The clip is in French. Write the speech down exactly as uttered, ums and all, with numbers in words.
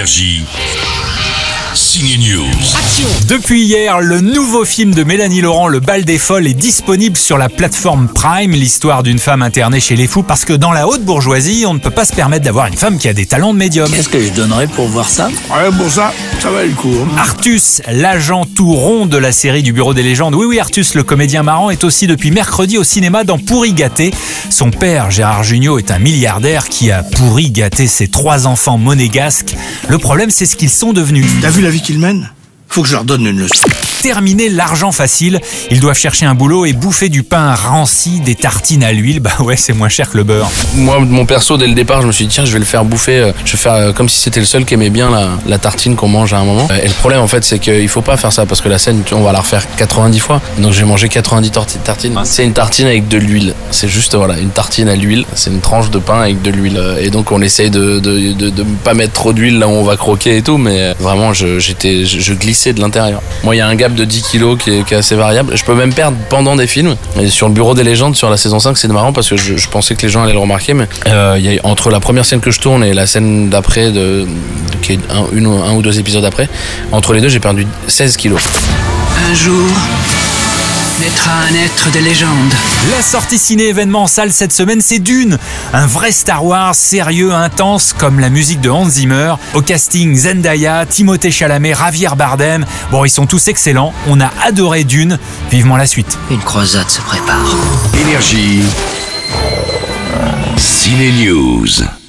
Énergie. Ciné News. Action. Depuis hier, le nouveau film de Mélanie Laurent, Le Bal des Folles, est disponible sur la plateforme Prime. L'histoire d'une femme internée chez les fous, parce que dans la haute bourgeoisie, on ne peut pas se permettre d'avoir une femme qui a des talents de médium. Qu'est-ce que je donnerais pour voir ça? Ouais, pour ça, ça va le coup. Artus, l'agent tout rond de la série du Bureau des légendes. Oui, oui, Artus, le comédien marrant, est aussi depuis mercredi au cinéma dans Pourri gâté. Son père, Gérard Jugnot, est un milliardaire qui a pourri gâté ses trois enfants monégasques. Le problème, c'est ce qu'ils sont devenus. T'as vu la vie qu'ils mènent? Faut que je leur donne une leçon. Terminer l'argent facile, ils doivent chercher un boulot et bouffer du pain ranci, des tartines à l'huile. Bah ouais, c'est moins cher que le beurre. Moi, mon perso, dès le départ, je me suis dit, tiens, je vais le faire bouffer. Je vais faire comme si c'était le seul qui aimait bien la, la tartine qu'on mange à un moment. Et le problème, en fait, c'est qu'il faut pas faire ça parce que la scène, on va la refaire quatre-vingt-dix fois. Donc, j'ai mangé quatre-vingt-dix tartines. C'est une tartine avec de l'huile. C'est juste, voilà, une tartine à l'huile. C'est une tranche de pain avec de l'huile. Et donc, on essaye de, de, de, de pas mettre trop d'huile là où on va croquer et tout. Mais vraiment, je, j'étais, je, je glissais de l'intérieur. Moi, il y a un gap de dix kilos qui est, qui est assez variable. Je peux même perdre pendant des films. Et sur le Bureau des légendes, sur la saison cinq, c'est marrant parce que je, je pensais que les gens allaient le remarquer. Mais euh, y a, entre la première scène que je tourne et la scène d'après, de, de, qui est un, une, un ou deux épisodes après, entre les deux, j'ai perdu seize kilos. Un jour naîtra un être de légende. La sortie ciné-événement en salle cette semaine, c'est Dune. Un vrai Star Wars sérieux, intense, comme la musique de Hans Zimmer. Au casting, Zendaya, Timothée Chalamet, Javier Bardem. Bon, ils sont tous excellents. On a adoré Dune. Vivement la suite. Une croisade se prépare. Énergie. Ciné News.